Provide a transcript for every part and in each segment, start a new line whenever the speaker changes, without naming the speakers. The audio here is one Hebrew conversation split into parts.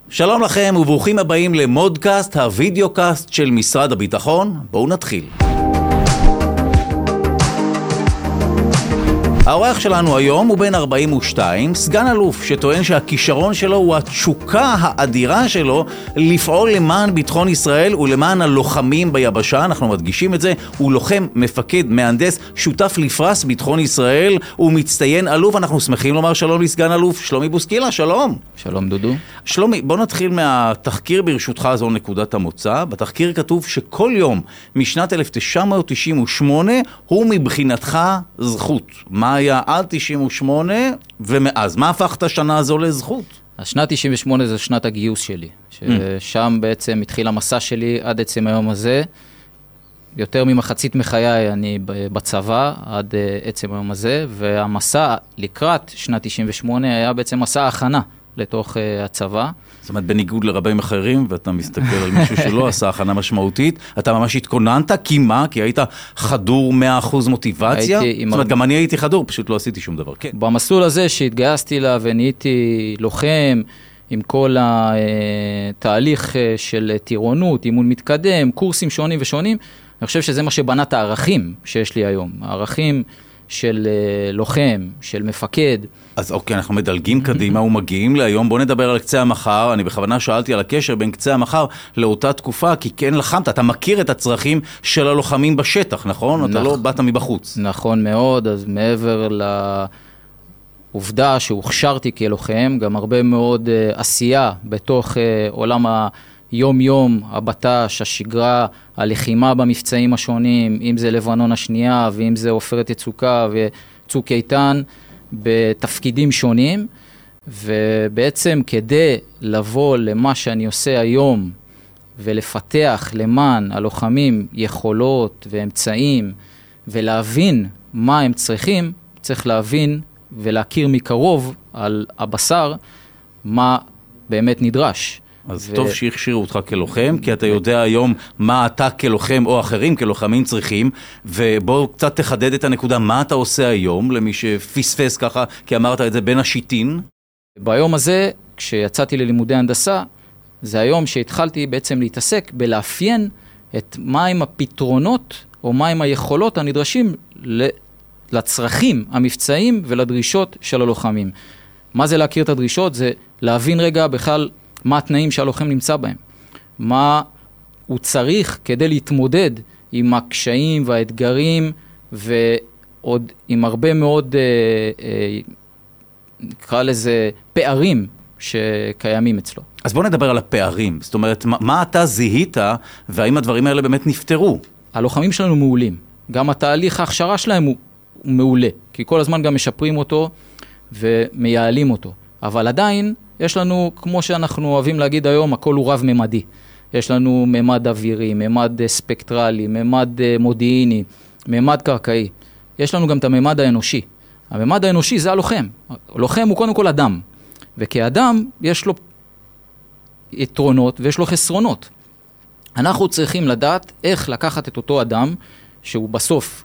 שלום לכם וברוכים הבאים למודקאסט, הווידאו-קאסט של משרד הביטחון. בואו נתחיל. האורח שלנו היום הוא בן 42, סגן אלוף שטוען שהכישרון שלו הוא התשוקה האדירה שלו לפעול למען ביטחון ישראל ולמען הלוחמים ביבשה. אנחנו מדגישים את זה, הוא לוחם, מפקד, מהנדס, שותף לפרס ביטחון ישראל ומצטיין אלוף. אנחנו שמחים לומר שלום לסגן אלוף שלומי בוסקילה. שלום.
שלום דודו.
שלומי, בוא נתחיל מהתחקיר. ברשותך, זו נקודת המוצא. בתחקיר כתוב שכל יום משנת 1998 הוא מבחינתך זכות. מה היה עד 98 ומאז? מה הפך את השנה הזו לזכות?
השנת 98 זה שנת הגיוס שלי, ששם בעצם התחיל המסע שלי עד עצם היום הזה. יותר ממחצית מחיי אני בצבא עד עצם היום הזה, והמסע לקראת שנת 98 היה בעצם מסע הכנה לתוך הצבא.
זאת אומרת, בניגוד לרבים אחרים, ואתה מסתכל על מישהו שלא עשה הכנה משמעותית, אתה ממש התכוננת, כי מה? כי היית חדור 100% מוטיבציה? זאת אומרת, גם אני הייתי חדור, פשוט לא עשיתי שום דבר. כן.
במסלול הזה שהתגייסתי לה ונהייתי לוחם, עם כל התהליך של טירונות, אימון מתקדם, קורסים שונים ושונים, אני חושב שזה מה שבנה את הערכים שיש לי היום. הערכים של לוחם, של מפקד.
אז אוקיי, אנחנו מדלגים קדימה ומגיעים להיום. בוא נדבר על קצה המחר. אני בכוונה שאלתי על הקשר בין קצה המחר לאותה תקופה, כי כן לחמת, אתה מכיר את הצרכים של הלוחמים בשטח, נכון? אתה לא באת מבחוץ.
נכון מאוד, אז מעבר לעובדה שהוכשרתי כלוחם, גם הרבה מאוד עשייה בתוך עולם יום-יום, הבט"ש, השגרה, הלחימה במבצעים השונים, אם זה לבנון השנייה, ואם זה עופרת יצוקה וצוק איתן, בתפקידים שונים, ובעצם כדי לבוא למה שאני עושה היום, ולפתח למען הלוחמים יכולות ואמצעים, ולהבין מה הם צריכים, צריך להבין ולהכיר מקרוב על הבשר, מה באמת נדרש.
אז טוב שהכשירו אותך כלוחם, כי אתה יודע היום מה אתה כלוחם או אחרים כלוחמים צריכים, ובואו קצת תחדד את הנקודה, מה אתה עושה היום למי שפספס ככה, כי אמרת את זה בין השיטין.
ביום הזה, כשיצאתי ללימודי הנדסה, זה היום שהתחלתי בעצם להתעסק בלאפיין את מהם הפתרונות או מהם היכולות הנדרשים לצרכים המבצעיים ולדרישות של הלוחמים. מה זה להכיר את הדרישות? זה להבין רגע בכלל מה התנאים שהלוחם נמצא בהם, מה הוא צריך כדי להתמודד עם הקשיים והאתגרים, ועוד עם הרבה מאוד, נקרא לזה, פערים שקיימים אצלו.
אז בוא נדבר על הפערים. זאת אומרת, מה אתה זיהית, והאם הדברים האלה באמת נפתרו?
הלוחמים שלנו מעולים. גם התהליך ההכשרה שלהם הוא מעולה, כי כל הזמן גם משפרים אותו ומייעלים אותו. אבל עדיין יש לנו, כמו שאנחנו אוהבים להגיד היום, הכל הוא רב-ממדי. יש לנו ממד אווירי, ממד ספקטרלי, ממד מודיעיני, ממד קרקעי. יש לנו גם את הממד האנושי. הממד האנושי זה הלוחם. הלוחם הוא קודם כל אדם. וכאדם יש לו יתרונות ויש לו חסרונות. אנחנו צריכים לדעת איך לקחת את אותו אדם, שהוא בסוף,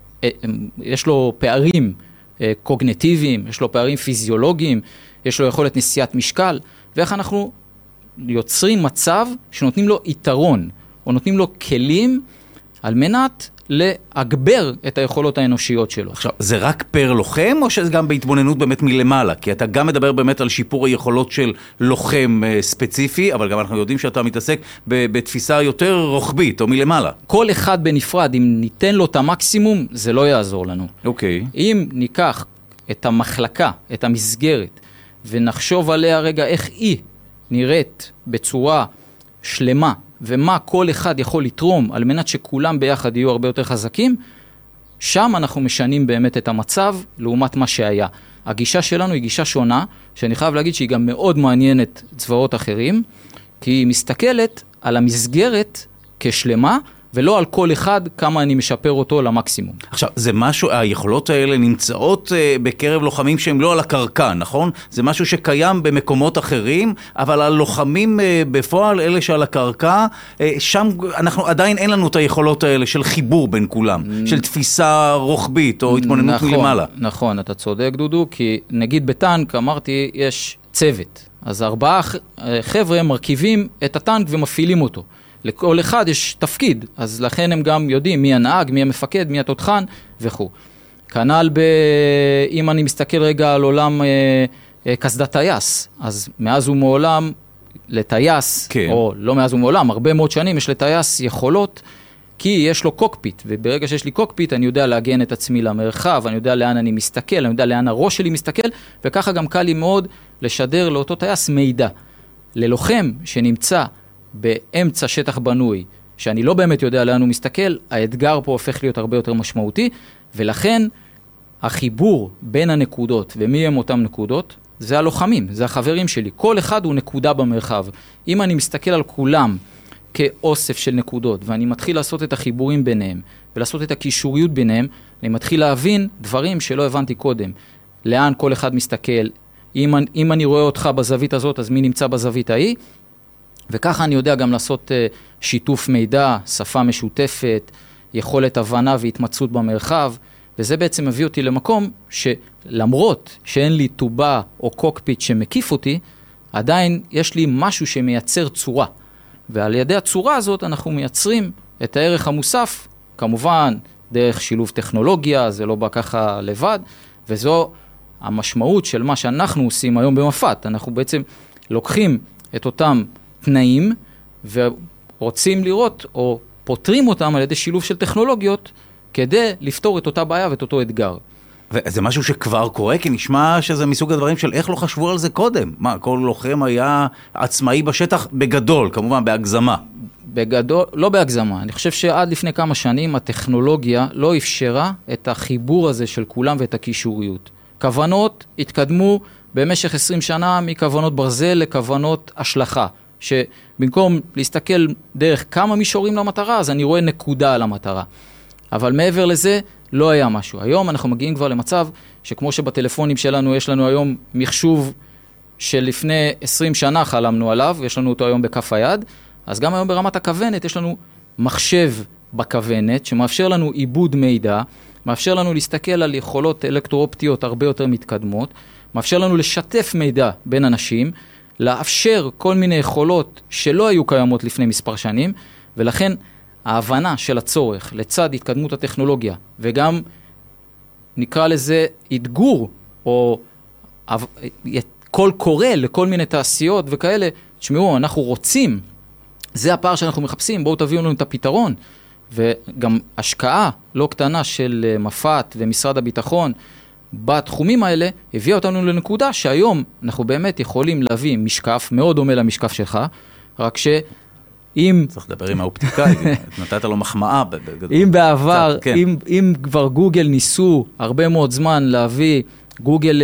יש לו פערים קוגניטיביים, יש לו פערים פיזיולוגיים, יש לו יכולת נשיאת משקל, ואיך אנחנו יוצרים מצב שנותנים לו יתרון, או נותנים לו כלים על מנת להגבר את היכולות האנושיות שלו.
עכשיו, זה רק פר לוחם, או שזה גם בהתבוננות באמת מלמעלה? כי אתה גם מדבר באמת על שיפור היכולות של לוחם ספציפי, אבל גם אנחנו יודעים שאתה מתעסק בתפיסה יותר רוחבית, או מלמעלה.
כל אחד בנפרד, אם ניתן לו את המקסימום, זה לא יעזור לנו.
אוקיי.
אם ניקח את המחלקה, את המסגרת, ונחשוב עליה רגע איך היא נראית בצורה שלמה, ומה כל אחד יכול לתרום על מנת שכולם ביחד יהיו הרבה יותר חזקים, שם אנחנו משנים באמת את המצב לעומת מה שהיה. הגישה שלנו היא גישה שונה, שאני חייב להגיד שהיא גם מאוד מעניינת צבאות אחרים, כי היא מסתכלת על המסגרת כשלמה, ולא על כל אחד כמה אני משפר אותו למקסימום.
עכשיו, זה משהו, היכולות האלה נמצאות בקרב לוחמים שהם לא על הקרקע, נכון? זה משהו שקיים במקומות אחרים, אבל הלוחמים בפועל, אלה שעל הקרקע, שם אנחנו עדיין אין לנו את היכולות האלה של חיבור בין כולם, של תפיסה רוחבית או התמוננות מלמעלה.
נכון, אתה צודק דודו, כי נגיד בטנק, אמרתי, יש צוות. אז 4 חבר'ה מרכיבים את הטנק ומפעילים אותו. לכל אחד יש תפקיד, אז לכן הם גם יודעים מי הנהג, מי המפקד, מי התותחן וכו'. כנ"ל אם אני מסתכל רגע על עולם קסדת טייס, אז מאז ומעולם לטייס, כן. או לא מאז ומעולם, הרבה מאוד שנים יש לטייס יכולות, כי יש לו קוקפיט, וברגע שיש לי קוקפיט אני יודע להגן את עצמי למרחב, אני יודע לאן אני מסתכל, אני יודע לאן הראש שלי מסתכל, וככה גם קל לי מאוד לשדר לאותו טייס מידע. ללוחם שנמצא באמצע שטח בנוי, שאני לא באמת יודע לאן הוא מסתכל, האתגר פה הופך להיות הרבה יותר משמעותי, ולכן החיבור בין הנקודות, ומי הם אותם נקודות, זה הלוחמים, זה החברים שלי. כל אחד הוא נקודה במרחב. אם אני מסתכל על כולם כאוסף של נקודות, ואני מתחיל לעשות את החיבורים ביניהם, ולעשות את הקישוריות ביניהם, אני מתחיל להבין דברים שלא הבנתי קודם. לאן כל אחד מסתכל, אם אני רואה אותך בזווית הזאת, אז מי נמצא בזווית ההיא? וככה אני יודע גם לעשות שיתוף מידע, שפה משותפת, יכולת הבנה והתמצאות במרחב, וזה בעצם מביא אותי למקום שלמרות שאין לי טובה או קוקפיט שמקיף אותי, עדיין יש לי משהו שמייצר צורה. ועל ידי הצורה הזאת אנחנו מייצרים את הערך המוסף, כמובן דרך שילוב טכנולוגיה, זה לא בא ככה לבד, וזו המשמעות של מה שאנחנו עושים היום במפת. אנחנו בעצם לוקחים את אותם תנאים ורוצים לראות או פותרים אותם על ידי שילוב של טכנולוגיות כדי לפתור את אותה בעיה ואת אותו אתגר.
וזה משהו שכבר קורה, כי נשמע שזה מסוג הדברים של איך לא חשבו על זה קודם. מה, כל לוחם היה עצמאי בשטח בגדול, כמובן בהגזמה.
בגדול, לא בהגזמה. אני חושב שעד לפני כמה שנים הטכנולוגיה לא אפשרה את החיבור הזה של כולם ואת הקישוריות. כוונות התקדמו במשך 20 שנה מכוונות ברזל לכוונות השלכה. שבמקום להסתכל דרך כמה מישורים למטרה, אז אני רואה נקודה על המטרה. אבל מעבר לזה, לא היה משהו. היום אנחנו מגיעים כבר למצב שכמו שבטלפונים שלנו יש לנו היום מחשוב שלפני 20 שנה חלמנו עליו, יש לנו אותו היום בכף היד, אז גם היום ברמת הכוונת יש לנו מחשב בכוונת שמאפשר לנו עיבוד מידע, מאפשר לנו להסתכל על יכולות אלקטרואופטיות הרבה יותר מתקדמות, מאפשר לנו לשתף מידע בין אנשים, לאפשר כל מיני יכולות שלא היו קיימות לפני מספר שנים, ולכן ההבנה של הצורך לצד התקדמות הטכנולוגיה, וגם נקרא לזה אתגור, או קול קורא לכל מיני תעשיות וכאלה, תשמעו, אנחנו רוצים, זה הפער שאנחנו מחפשים, בואו תביאו לנו את הפתרון, וגם השקעה לא קטנה של מפת ומשרד הביטחון, בתחומים האלה, הביאה אותנו לנקודה שהיום אנחנו באמת יכולים להביא משקף, מאוד דומה למשקף שלך, רק אם...
צריך לדבר עם האופטיקאי, נתת לו מחמאה.
אם בעבר, אם כבר גוגל ניסו הרבה מאוד זמן להביא גוגל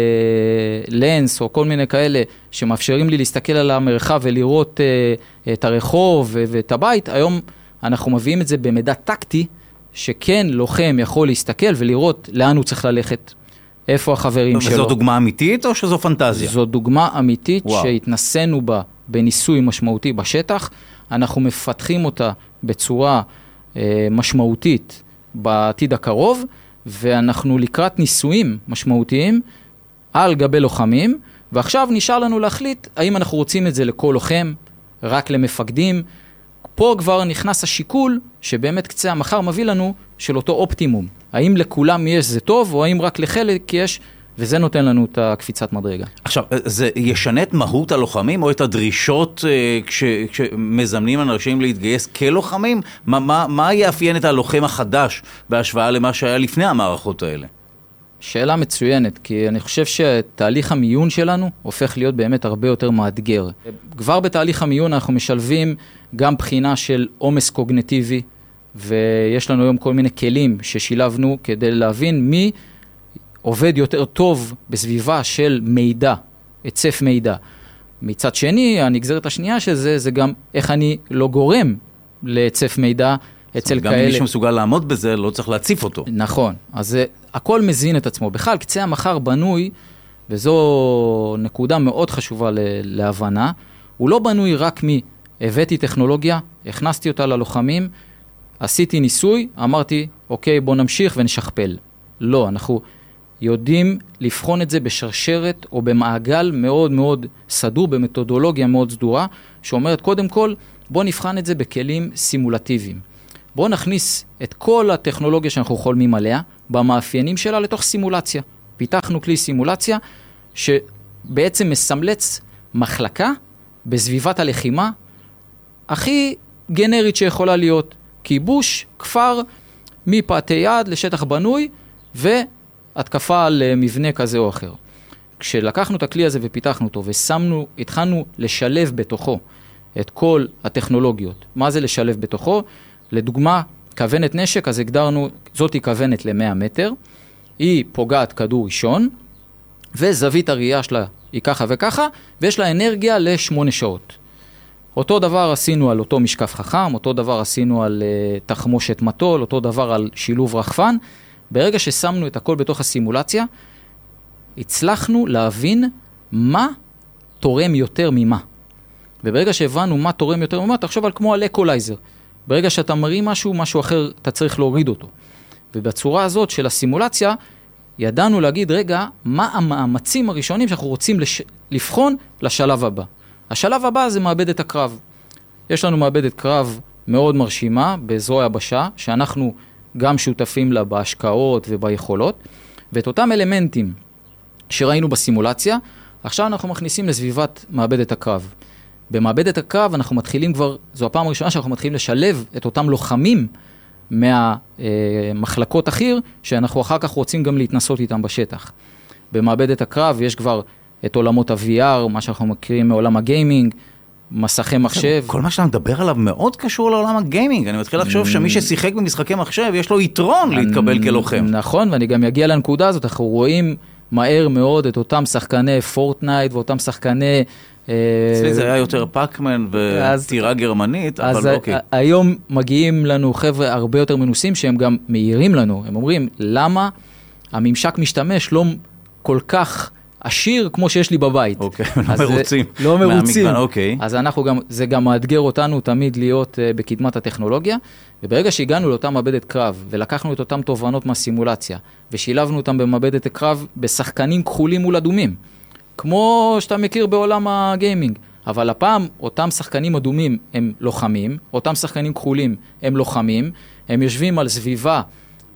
לנס או כל מיני כאלה שמאפשרים לי להסתכל על המרחב ולראות את הרחוב ואת הבית, היום אנחנו מביאים את זה במידע טקטי, שכן לוחם יכול להסתכל ולראות לאן הוא צריך ללכת, איפה החברים שלו. וזו
דוגמה אמיתית או שזו פנטזיה?
זו דוגמה אמיתית שהתנסינו בה בניסוי משמעותי בשטח, אנחנו מפתחים אותה בצורה משמעותית בעתיד הקרוב, ואנחנו לקראת ניסויים משמעותיים על גבי לוחמים, ועכשיו נשאר לנו להחליט האם אנחנו רוצים את זה לכל לוחם, רק למפקדים. פה כבר נכנס השיקול שבאמת קצה המחר מביא לנו של אותו אופטימום. האם לכולם יש זה טוב, או האם רק לחלק יש, וזה נותן לנו את הקפיצת מדרגה.
עכשיו, זה ישנה את מהות הלוחמים, או את הדרישות כשמזמנים אנשים להתגייס כלוחמים? מה יאפיין את הלוחם החדש בהשוואה למה שהיה לפני המערכות האלה?
שאלה מצוינת, כי אני חושב שתהליך המיון שלנו הופך להיות באמת הרבה יותר מאתגר. כבר בתהליך המיון אנחנו משלבים גם בחינה של עומס קוגניטיבי, ויש לנו היום כל מיני כלים ששילבנו כדי להבין מי עובד יותר טוב בסביבה של מידע, הצף מידע. מצד שני, הנגזרת השנייה של זה, זה גם איך אני לא גורם להצף מידע אצל כאלה.
גם מי שמסוגל לעמוד בזה, לא צריך להציף אותו.
נכון. אז הכל מזין את עצמו. בכלל, קצה המחר בנוי, וזו נקודה מאוד חשובה להבנה, הוא לא בנוי רק הבאתי טכנולוגיה, הכנסתי אותה ללוחמים, עשיתי ניסוי, אמרתי, אוקיי, בוא נמשיך ונשכפל. לא, אנחנו יודעים לבחון את זה בשרשרת או במעגל מאוד מאוד סדור, במתודולוגיה מאוד סדורה, שאומרת קודם כל, בוא נבחן את זה בכלים סימולטיביים. בוא נכניס את כל הטכנולוגיה שאנחנו חולמים עליה, במאפיינים שלה לתוך סימולציה. פיתחנו כלי סימולציה שבעצם מסמלץ מחלקה בסביבת הלחימה הכי גנרית שיכולה להיות. כיבוש, כפר, מפאתי יד לשטח בנוי והתקפה על מבנה כזה או אחר. כשלקחנו את הכלי הזה ופיתחנו אותו התחלנו לשלב בתוכו את כל הטכנולוגיות. מה זה לשלב בתוכו? לדוגמה, כוונת נשק, אז הגדרנו, זאת היא כוונת ל-100 מטר, היא פוגעת כדור ראשון, וזווית הראייה שלה היא ככה וככה, ויש לה אנרגיה ל8 שעות. אותו דבר עשינו על אותו משקף חכם, אותו דבר עשינו על תחמושת מטול, אותו דבר על שילוב רחפן. ברגע ששמנו את הכל בתוך הסימולציה, הצלחנו להבין מה תורם יותר ממה. וברגע שהבנו מה תורם יותר ממה, תחשוב על כמו על אקולייזר. ברגע שאתה מרים משהו אחר, אתה צריך להוריד אותו. ובצורה הזאת של הסימולציה, ידענו להגיד, רגע, מה המאמצים הראשונים שאנחנו רוצים לבחון לשלב הבא. השלב הבא זה מעבדת הקרב. יש לנו מעבדת קרב מאוד מרשימה בזרוע היבשה, שאנחנו גם שותפים לה בהשקעות וביכולות, ואת אותם אלמנטים שראינו בסימולציה, עכשיו אנחנו מכניסים לסביבת מעבדת הקרב. במעבדת הקרב אנחנו מתחילים כבר, זו הפעם הראשונה שאנחנו מתחילים לשלב את אותם לוחמים מהמחלקות אחיר, שאנחנו אחר כך רוצים גם להתנסות איתם בשטח. במעבדת הקרב יש כבר את עולמות ה-VR, מה שאנחנו מכירים מעולם הגיימינג, מסכי מחשב.
כל מה שאתה מדבר עליו מאוד קשור לעולם הגיימינג. אני מתחיל לחשוב שמי ששיחק במשחקי מחשב, יש לו יתרון להתקבל כלוחם.
נכון, ואני גם אגיע לנקודה הזאת. אנחנו רואים מהר מאוד את אותם שחקני פורטנייט ואותם שחקני...
אצלי זה היה יותר פאקמן וטירה גרמנית, אבל אוקיי.
אז היום מגיעים לנו חבר'ה הרבה יותר מנוסים שהם גם מהירים לנו. הם אומרים, למה הממשק משתמש לא כל כך עשיר כמו שיש לי בבית.
אוקיי, לא מרוצים.
לא מרוצים.
אוקיי.
אז אנחנו גם, זה גם מאתגר אותנו תמיד להיות בקדמת הטכנולוגיה, וברגע שהגענו לאותה מעבדת קרב, ולקחנו את אותם תובנות מהסימולציה, ושילבנו אותם במעבדת הקרב בשחקנים כחולים מול אדומים, כמו שאתה מכיר בעולם הגיימינג, אבל הפעם אותם שחקנים אדומים הם לוחמים, אותם שחקנים כחולים הם לוחמים, הם יושבים על סביבה,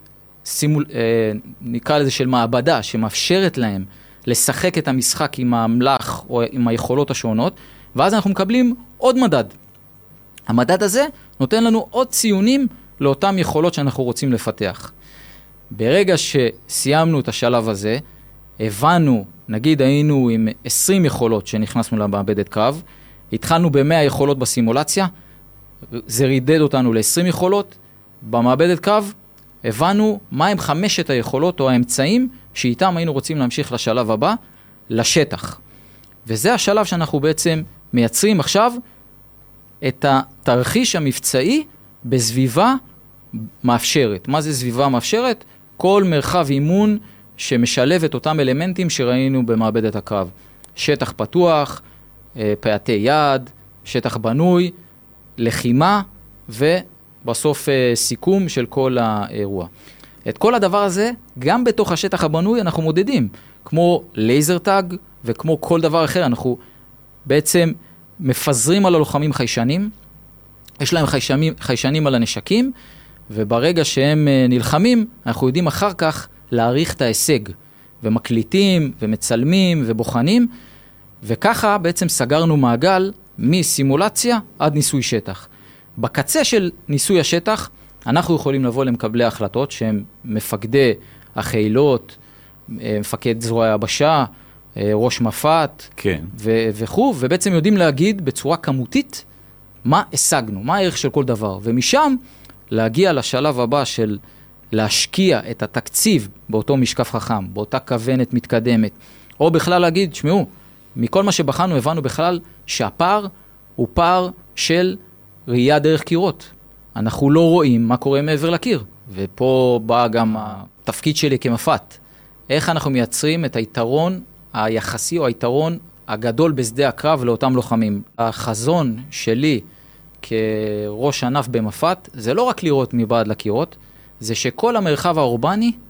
נקרא לזה של מעבדה, שמאפשרת להם לשחק את המשחק עם המלאך או עם היכולות השונות, ואז אנחנו מקבלים עוד מדד. המדד הזה נותן לנו עוד ציונים לאותם יכולות שאנחנו רוצים לפתח. ברגע שסיימנו את השלב הזה, הבנו, נגיד היינו עם 20 יכולות שנכנסנו למעבדת קרב, התחלנו ב100 יכולות בסימולציה, זה רידד אותנו ל20 יכולות, במעבדת קרב הבנו מהם 5 היכולות או האמצעים שאיתם היינו רוצים להמשיך לשלב הבא, לשטח. וזה השלב שאנחנו בעצם מייצרים עכשיו את התרחיש המבצעי בסביבה מאפשרת. מה זה סביבה מאפשרת? כל מרחב אימון שמשלב את אותם אלמנטים שראינו במעבדת הקרב. שטח פתוח, פאתי יד, שטח בנוי, לחימה ובסוף סיכום של כל האירוע. את כל הדבר הזה, גם בתוך השטח הבנוי אנחנו מודדים, כמו לייזר טאג וכמו כל דבר אחר, אנחנו בעצם מפזרים על הלוחמים חיישנים, יש להם חיישנים על הנשקים, וברגע שהם נלחמים, אנחנו יודעים אחר כך להעריך את ההישג, ומקליטים ומצלמים ובוחנים, וככה בעצם סגרנו מעגל מסימולציה עד ניסוי שטח. בקצה של ניסוי השטח, אנחנו יכולים לבוא למקבלי ההחלטות שהם מפקדי החילות, מפקד זרוע היבשה, ראש מפת
כן.
וכו', ובעצם יודעים להגיד בצורה כמותית מה השגנו, מה הערך של כל דבר, ומשם להגיע לשלב הבא של להשקיע את התקציב באותו משקף חכם, באותה כוונת מתקדמת, או בכלל להגיד, שמעו, מכל מה שבחנו הבנו בכלל שהפער הוא פער של ראייה דרך קירות. אנחנו לא רואים מה קורה מעבר לקיר, ופה בא גם התפקיד שלי כמפת. איך אנחנו מייצרים את היתרון היחסי או היתרון הגדול בשדה הקרב לאותם לוחמים. החזון שלי כראש ענף במפת, זה לא רק לראות מבעד לקירות, זה שכל המרחב האורבני,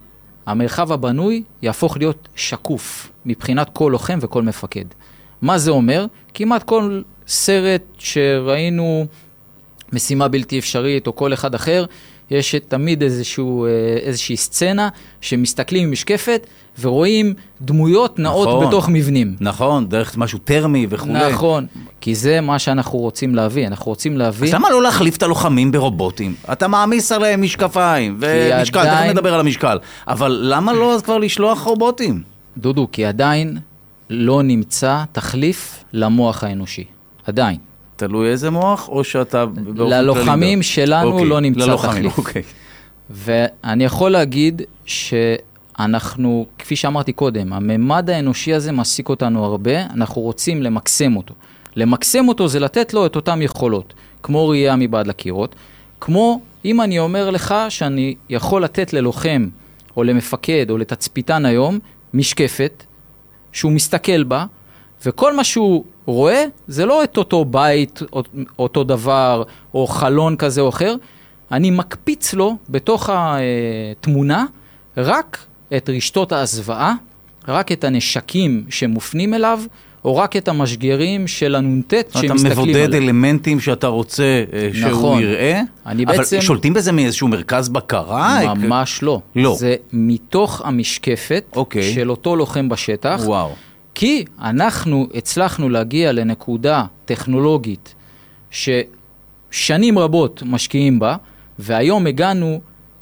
המרחב הבנוי יהפוך להיות שקוף מבחינת כל לוחם וכל מפקד. מה זה אומר? כמעט כל סרט שראינו, משימה בלתי אפשרית או כל אחד אחר, יש תמיד איזושהי סצנה שמסתכלים עם משקפת ורואים דמויות נעות
נכון,
בתוך מבנים.
נכון, דרך משהו טרמי וכו'.
נכון, כי זה מה שאנחנו רוצים להביא. אנחנו רוצים להביא...
אז למה לא להחליף את הלוחמים ברובוטים? אתה מעמיס עליהם משקפיים ומשקל, תכף נדבר על המשקל. אבל למה לא אז כבר לשלוח רובוטים?
דודו, כי עדיין לא נמצא תחליף למוח האנושי. עדיין.
תלוי איזה מוח, או שאתה...
ללוחמים שלנו לא נמצא תחליף.
אוקיי.
ואני יכול להגיד שאנחנו, כפי שאמרתי קודם, הממד האנושי הזה מעסיק אותנו הרבה, אנחנו רוצים למקסם אותו. למקסם אותו זה לתת לו את אותם יכולות, כמו ראייה מבעד לקירות, כמו אם אני אומר לך שאני יכול לתת ללוחם, או למפקד, או לתצפיתן היום, משקפת, שהוא מסתכל בה, וכל מה שהוא רואה, זה לא את אותו בית, אותו דבר, או חלון כזה או אחר, אני מקפיץ לו בתוך התמונה, רק את רשתות ההזוואה, רק את הנשקים שמופנים אליו, או רק את המשגרים של הנונטט שמסתכלים עליו.
אתה מבודד אלמנטים שאתה רוצה שהוא יראה, אבל שולטים בזה מאיזשהו מרכז בקרה?
ממש לא.
לא.
זה מתוך המשקפת של אותו לוחם בשטח.
וואו.
כי אנחנו הצלחנו להגיע לנקודה טכנולוגית ששנים רבות משקיעים בה, והיום הגענו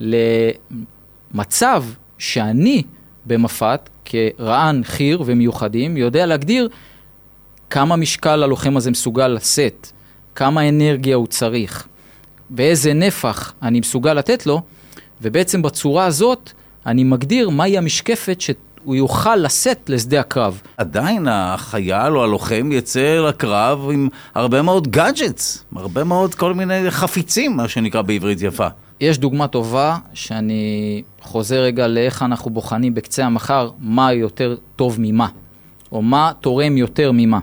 למצב שאני במפת, כרען חיר ומיוחדים, יודע להגדיר כמה משקל הלוחם הזה מסוגל לשאת, כמה אנרגיה הוא צריך, ואיזה נפח אני מסוגל לתת לו, ובעצם בצורה הזאת אני מגדיר מהי המשקפת שהוא יוכל לשאת לשדה הקרב.
עדיין החייל או הלוחם יצא לקרב עם הרבה מאוד גאדג'טס, הרבה מאוד כל מיני חפיצים, מה שנקרא בעברית יפה.
יש דוגמה טובה שאני חוזר רגע לאיך אנחנו בוחנים בקצה המחר מה יותר טוב ממה, או מה תורם יותר ממה.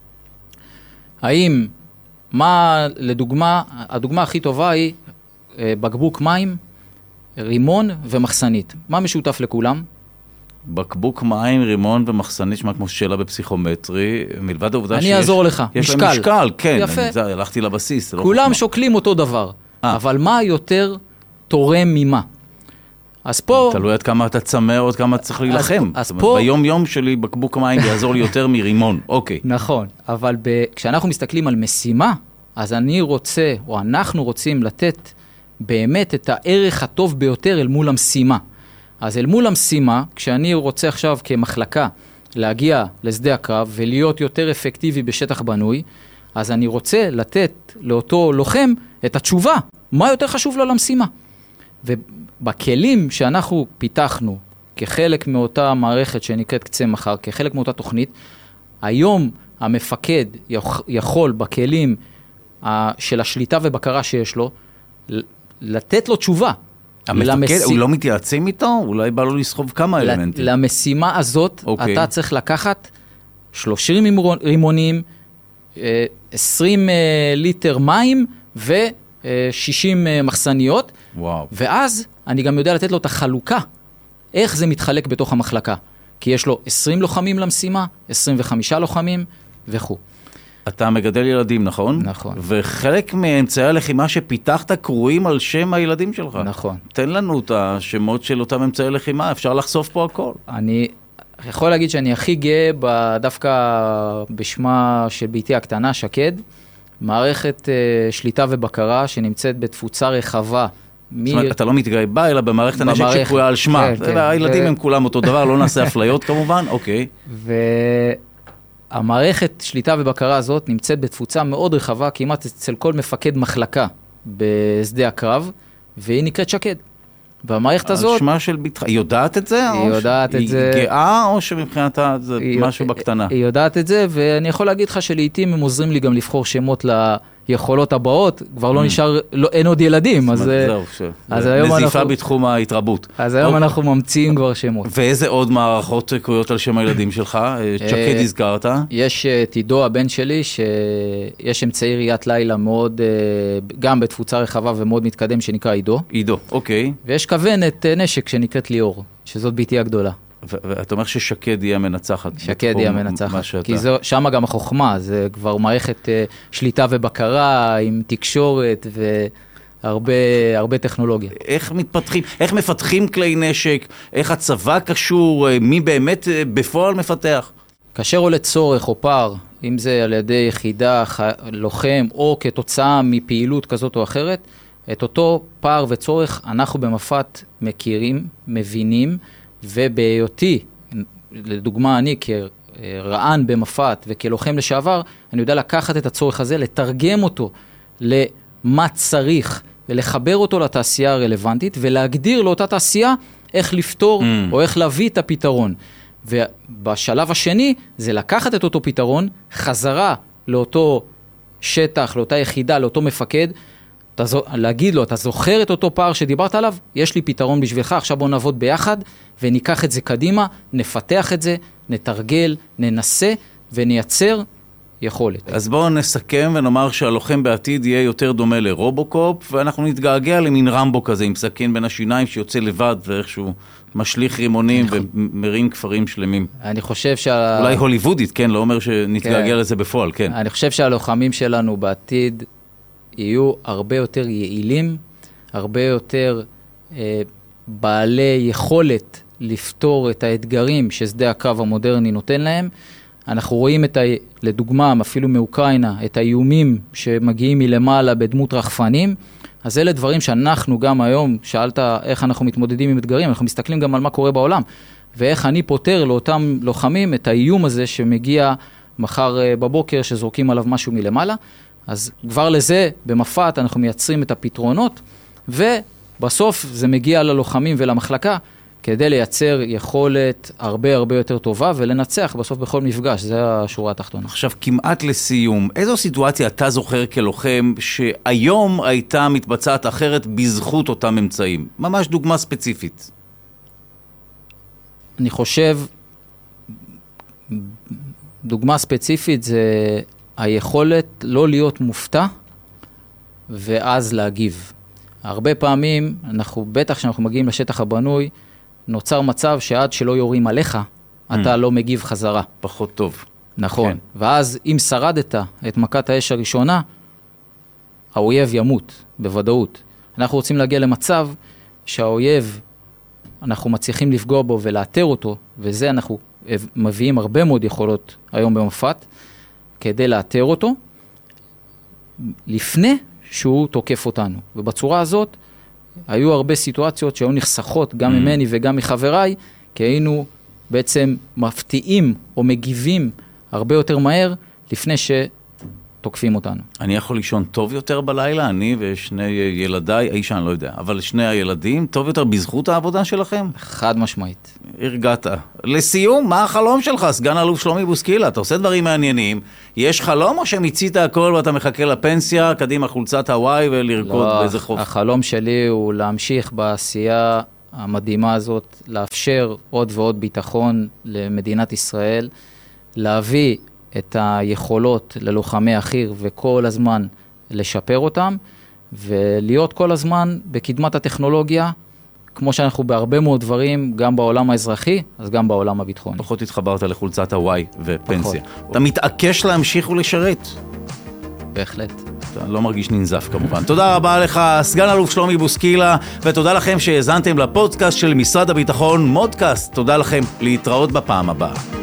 האם, מה לדוגמה, הדוגמה הכי טובה היא בקבוק מים, רימון ומחסנית. מה משותף לכולם?
בקבוק מים, רימון ומחסנית, שמה כמו שאלה בפסיכומטרי, מלבד העובדה שיש...
אני אעזור לך,
יש
משקל.
משקל, כן.
יפה.
הלכתי לבסיס.
כולם שוקלים אותו דבר, אבל מה יותר תורם ממה? אז פה...
תלוי עד כמה אתה צמא או עד כמה צריך להילחם.
אז פה...
ביום יום שלי בקבוק מים יעזור לי יותר מרימון. אוקיי.
נכון, אבל כשאנחנו מסתכלים על משימה, אז אני רוצה, או אנחנו רוצים לתת באמת את הערך הטוב ביותר אל מול המשימה. אז אל מול המשימה, כשאני רוצה עכשיו כמחלקה להגיע לשדה הקרב ולהיות יותר אפקטיבי בשטח בנוי, אז אני רוצה לתת לאותו לוחם את התשובה, מה יותר חשוב לו למשימה. ובכלים שאנחנו פיתחנו כחלק מאותה מערכת שנקראת קצה מחר, כחלק מאותה תוכנית, היום המפקד יכול בכלים של השליטה ובקרה שיש לו, לתת לו תשובה.
המפקד, הוא לא מתייעצים איתו? אולי בא לו לסחוב כמה אלמנטים.
למשימה הזאת, אתה צריך לקחת 30 רימונים, 20 ליטר מים ו60 מחסניות.
וואו.
ואז אני גם יודע לתת לו את החלוקה, איך זה מתחלק בתוך המחלקה. כי יש לו 20 לוחמים למשימה, 25 לוחמים וכו'.
אתה מגדל ילדים, נכון?
נכון.
וחלק מאמצעי הלחימה שפיתחת קרויים על שם הילדים שלך.
נכון.
תן לנו את השמות של אותם אמצעי לחימה, אפשר לחשוף פה הכל.
אני יכול להגיד שאני הכי גאה דווקא בשמה של ביתי הקטנה, שקד, מערכת שליטה ובקרה שנמצאת בתפוצה רחבה.
זאת אומרת, אתה לא מתגאה בה, אלא במערכת הנשק שקרויה על שמה. הילדים הם כולם אותו דבר, לא נעשה אפליות כמובן, אוקיי.
המערכת שליטה ובקרה הזאת נמצאת בתפוצה מאוד רחבה, כמעט אצל כל מפקד מחלקה בשדה הקרב, והיא נקראת שקד. והמערכת הזאת...
השמה של ביתך, היא יודעת את זה?
היא יודעת את זה.
היא גאה או שמבחינתה זה משהו בקטנה?
היא יודעת את זה, ואני יכול להגיד לך שלעיתים הם עוזרים לי גם לבחור שמות ליכולות הבאות, כבר לא נשאר, אין עוד ילדים, אז
נזיפה בתחום ההתרבות.
אז היום אנחנו ממציאים כבר שמות.
ואיזה עוד מערכות קרויות על שם הילדים שלך? שקד הזכרת?
יש את עידו הבן שלי, שיש אמצעי ראיית לילה מאוד, גם בתפוצה רחבה ומאוד מתקדם, שנקרא עידו.
עידו, אוקיי.
ויש כוונת נשק שנקראת ליאור, שזאת ביתי הגדולה.
ואתה אומר ששקד יהיה המנצחת.
שקד יהיה המנצחת, כי שם גם החוכמה, זה כבר מערכת שליטה ובקרה עם תקשורת והרבה טכנולוגיה.
איך מתפתחים, איך מפתחים כלי נשק, איך הצבא קשור, מי באמת בפועל מפתח? כאשר
עולה צורך או פער, אם זה על ידי יחידה, לוחם, או כתוצאה מפעילות כזאת או אחרת, את אותו פער וצורך אנחנו במפת מכירים, מבינים, ובהיותי, לדוגמה אני כרען במפת וכלוחם לשעבר, אני יודע לקחת את הצורך הזה, לתרגם אותו למה צריך, ולחבר אותו לתעשייה הרלוונטית, ולהגדיר לאותה תעשייה איך לפתור או איך להביא את הפתרון. ובשלב השני זה לקחת את אותו פתרון, חזרה לאותו שטח, לאותה יחידה, לאותו מפקד, להגיד לו, אתה זוכר את אותו פער שדיברת עליו? יש לי פתרון בשבילך, עכשיו בוא נעבוד ביחד וניקח את זה קדימה, נפתח את זה, נתרגל, ננסה ונייצר יכולת.
אז בואו נסכם ונאמר שהלוחם בעתיד יהיה יותר דומה לרובוקופ, ואנחנו נתגעגע למין רמבו כזה עם סכין בין השיניים שיוצא לבד ואיכשהו משליך רימונים ומרים כפרים שלמים.
אני חושב
אולי הוליוודית, כן? לא אומר שנתגעגע לזה בפועל, כן.
אני חושב שהלוחמים שלנו בעתיד יהיו הרבה יותר יעילים, הרבה יותר בעלי יכולת לפתור את האתגרים ששדה הקרב המודרני נותן להם. אנחנו רואים לדוגמה, אפילו מאוקראינה, את האיומים שמגיעים מלמעלה בדמות רחפנים. אז אלה דברים שאנחנו גם היום, שאלת איך אנחנו מתמודדים עם אתגרים, אנחנו מסתכלים גם על מה קורה בעולם, ואיך אני פותר לאותם לוחמים את האיום הזה שמגיע מחר בבוקר שזורקים עליו משהו מלמעלה. אז כבר לזה, במפת, אנחנו מייצרים את הפתרונות, ובסוף זה מגיע ללוחמים ולמחלקה, כדי לייצר יכולת הרבה הרבה יותר טובה, ולנצח בסוף בכל מפגש, זה השורה התחתונה.
עכשיו, כמעט לסיום, איזו סיטואציה אתה זוכר כלוחם, שהיום הייתה מתבצעת אחרת בזכות אותם אמצעים? ממש דוגמה ספציפית.
אני חושב, דוגמה ספציפית זה היכולת לא להיות מופתע, ואז להגיב. הרבה פעמים, בטח כשאנחנו מגיעים לשטח הבנוי, נוצר מצב שעד שלא יורים עליך, אתה לא מגיב חזרה.
פחות טוב.
נכון. כן. ואז אם שרדת את מכת האש הראשונה, האויב ימות, בוודאות. אנחנו רוצים להגיע למצב שהאויב, אנחנו מצליחים לפגוע בו ולאתר אותו, וזה אנחנו מביאים הרבה מאוד יכולות היום במפת, כדי לאתר אותו, לפני שהוא תוקף אותנו. ובצורה הזאת, היו הרבה סיטואציות שהיו נחסכות גם ממני וגם מחבריי, כי היינו בעצם מפתיעים או מגיבים הרבה יותר מהר לפני שתוקפים אותנו.
אני יכול לישון טוב יותר בלילה, אני ושני ילדיי, האישה אני לא יודע, אבל שני הילדים, טוב יותר בזכות העבודה שלכם?
חד משמעית.
הרגעת. לסיום, מה החלום שלך, סגן אלוף שלומי בוסקילה? אתה עושה דברים מעניינים, יש חלום או שמיצית הכל ואתה מחכה לפנסיה, קדימה חולצת הוואי ולרקוד באיזה חוף?
החלום שלי הוא להמשיך בעשייה המדהימה הזאת, לאפשר עוד ועוד ביטחון למדינת ישראל, להביא את היכולות ללוחמי החי"ר וכל הזמן לשפר אותם, ולהיות כל הזמן בקדמת הטכנולוגיה, כמו שאנחנו בהרבה מאוד דברים, גם בעולם האזרחי, אז גם בעולם הביטחוני.
פחות התחברת לחולצת הוואי ופנסיה. אתה מתעקש להמשיך ולשרת?
בהחלט.
אתה לא מרגיש ננזף כמובן. תודה רבה לך, סגן אלוף שלומי בוסקילה, ותודה לכם שהאזנתם לפודקאסט של משרד הביטחון, מודקאסט. תודה לכם, להתראות בפעם הבאה.